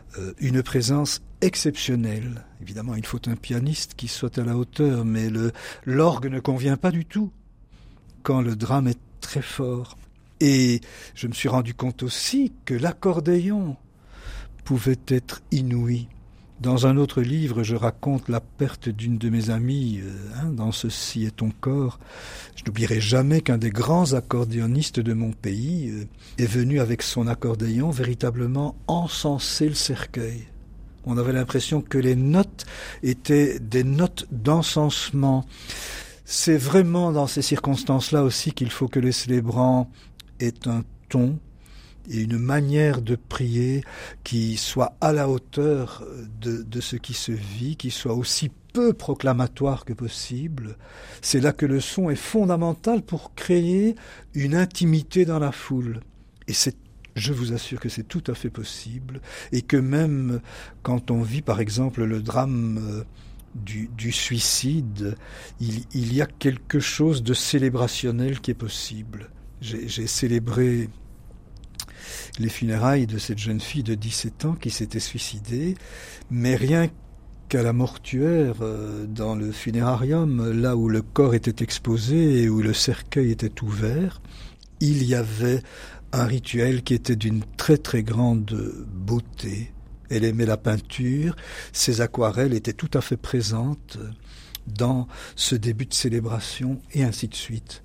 euh, une présence exceptionnelle. Évidemment, il faut un pianiste qui soit à la hauteur, mais le, l'orgue ne convient pas du tout quand le drame est très fort. Et je me suis rendu compte aussi que l'accordéon pouvait être inouï. Dans un autre livre, je raconte la perte d'une de mes amies, euh, hein, dans Ceci est ton corps. Je n'oublierai jamais qu'un des grands accordéonistes de mon pays euh, est venu avec son accordéon véritablement encenser le cercueil. On avait l'impression que les notes étaient des notes d'encensement. C'est vraiment dans ces circonstances-là aussi qu'il faut que les célébrants aient un ton et une manière de prier qui soit à la hauteur de, de ce qui se vit, qui soit aussi peu proclamatoire que possible. C'est là que le son est fondamental pour créer une intimité dans la foule. Et c'est, je vous assure que c'est tout à fait possible, et que même quand on vit par exemple le drame du, du suicide, il, il y a quelque chose de célébrationnel qui est possible. J'ai, j'ai célébré les funérailles de cette jeune fille de dix-sept ans qui s'était suicidée, mais rien qu'à la mortuaire, euh, dans le funérarium, là où le corps était exposé et où le cercueil était ouvert, il y avait un rituel qui était d'une très très grande beauté. Elle aimait la peinture, ses aquarelles étaient tout à fait présentes dans ce début de célébration, et ainsi de suite.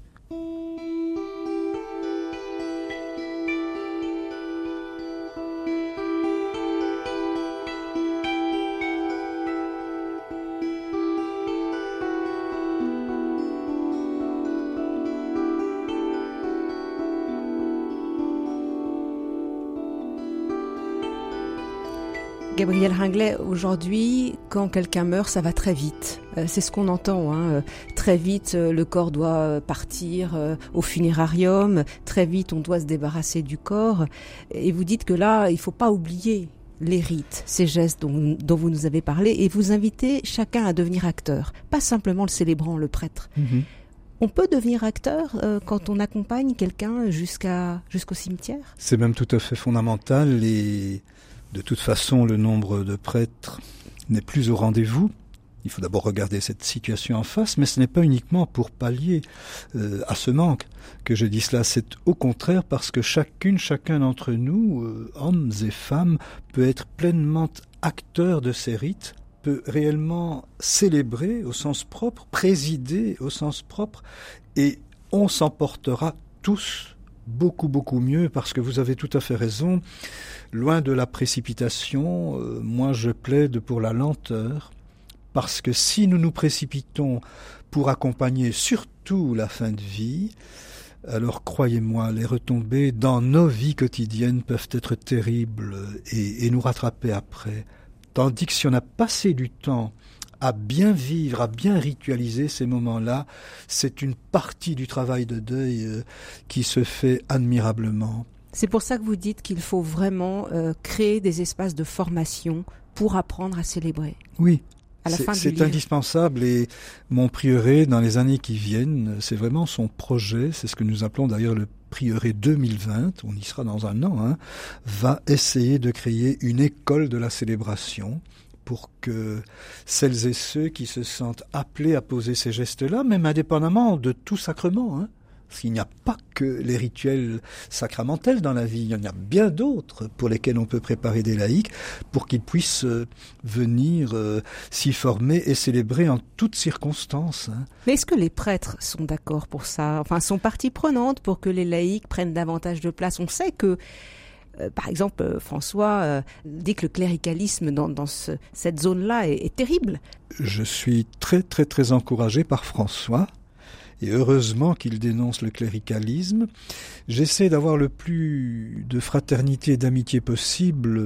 Gabriel Ringlet, aujourd'hui, quand quelqu'un meurt, ça va très vite. Euh, c'est ce qu'on entend. Hein. Euh, très vite, euh, le corps doit partir euh, au funérarium. Très vite, on doit se débarrasser du corps. Et vous dites que là, il ne faut pas oublier les rites, ces gestes dont, dont vous nous avez parlé, et vous invitez chacun à devenir acteur, pas simplement le célébrant, le prêtre. Mmh. On peut devenir acteur euh, quand on accompagne quelqu'un jusqu'à, jusqu'au cimetière ?
C'est même tout à fait fondamental, et de toute façon, le nombre de prêtres n'est plus au rendez-vous. Il faut d'abord regarder cette situation en face, mais ce n'est pas uniquement pour pallier euh, à ce manque que je dis cela. C'est au contraire parce que chacune, chacun d'entre nous, euh, hommes et femmes, peut être pleinement acteur de ces rites, peut réellement célébrer au sens propre, présider au sens propre, et on s'en portera tous beaucoup, beaucoup mieux, parce que vous avez tout à fait raison. Loin de la précipitation, euh, moi je plaide pour la lenteur, parce que si nous nous précipitons pour accompagner surtout la fin de vie, alors croyez-moi, les retombées dans nos vies quotidiennes peuvent être terribles et, et nous rattraper après. Tandis que si on a passé du temps à bien vivre, à bien ritualiser ces moments-là, c'est une partie du travail de deuil euh, qui se fait admirablement.
C'est pour ça que vous dites qu'il faut vraiment euh, créer des espaces de formation pour apprendre à célébrer.
Oui,
à la
c'est,
fin du
c'est
livre.
indispensable, et mon prieuré, dans les années qui viennent, c'est vraiment son projet, c'est ce que nous appelons d'ailleurs le prieuré deux mille vingt, on y sera dans un an, hein, va essayer de créer une école de la célébration pour que celles et ceux qui se sentent appelés à poser ces gestes-là, même indépendamment de tout sacrement, hein, parce qu'il n'y a pas que les rituels sacramentels dans la vie, il y en a bien d'autres pour lesquels on peut préparer des laïcs pour qu'ils puissent euh, venir euh, s'y former et célébrer en toutes circonstances. Hein.
Mais est-ce que les prêtres sont d'accord pour ça ? Enfin, sont partie prenante pour que les laïcs prennent davantage de place ? On sait que Euh, par exemple, euh, François euh, dit que le cléricalisme dans, dans ce, cette zone-là est, est terrible.
Je suis très très très encouragé par François, et heureusement qu'il dénonce le cléricalisme. J'essaie d'avoir le plus de fraternité et d'amitié possible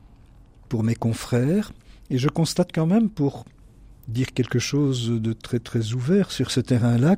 pour mes confrères, et je constate quand même, pour dire quelque chose de très très ouvert sur ce terrain-là,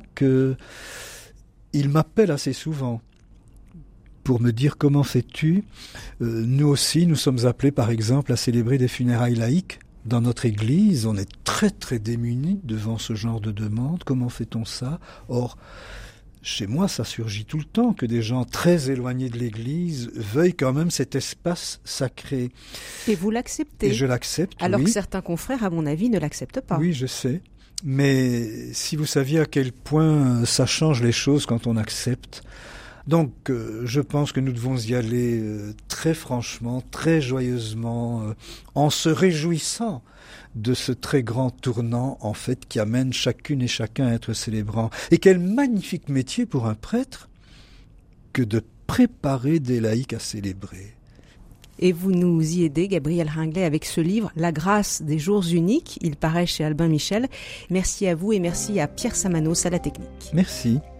qu'il m'appelle assez souvent pour me dire comment fais-tu. Euh, nous aussi, nous sommes appelés par exemple à célébrer des funérailles laïques dans notre église. On est très très démunis devant ce genre de demande. Comment fait-on ça ? Or, Chez moi, ça surgit tout le temps que des gens très éloignés de l'Église veuillent quand même cet espace sacré.
Et vous l'acceptez.
Et je l'accepte,
Alors
oui.
que certains confrères, à mon avis, ne l'acceptent pas.
Oui, je sais. Mais si vous saviez à quel point ça change les choses quand on accepte. Donc, euh, je pense que nous devons y aller euh, très franchement, très joyeusement, euh, en se réjouissant de ce très grand tournant, en fait, qui amène chacune et chacun à être célébrant. Et quel magnifique métier pour un prêtre que de préparer des laïcs à célébrer.
Et vous nous y aidez, Gabriel Ringlet, avec ce livre, La grâce des jours uniques. Il paraît chez Albin Michel. Merci à vous et merci à Pierre Samanos à la technique.
Merci.